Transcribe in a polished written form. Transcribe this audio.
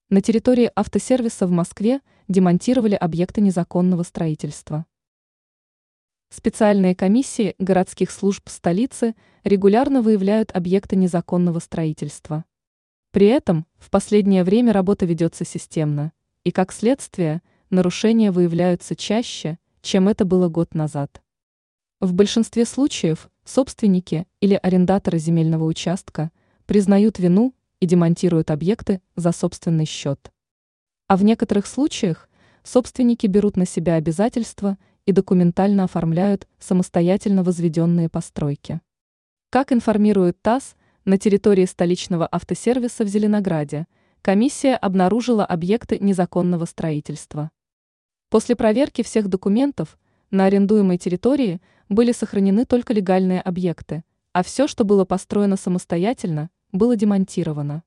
На территории автосервиса в Москве демонтировали объекты незаконного строительства. Специальные комиссии городских служб столицы регулярно выявляют объекты незаконного строительства. При этом в последнее время работа ведется системно, и, как следствие, нарушения выявляются чаще, чем это было год назад. В большинстве случаев собственники или арендаторы земельного участка признают вину и демонтируют объекты за собственный счет. А в некоторых случаях собственники берут на себя обязательства и документально оформляют самостоятельно возведенные постройки. Как информирует ТАСС, на территории столичного автосервиса в Зеленограде комиссия обнаружила объекты незаконного строительства. После проверки всех документов на арендуемой территории были сохранены только легальные объекты, а все, что было построено самостоятельно, было демонтировано.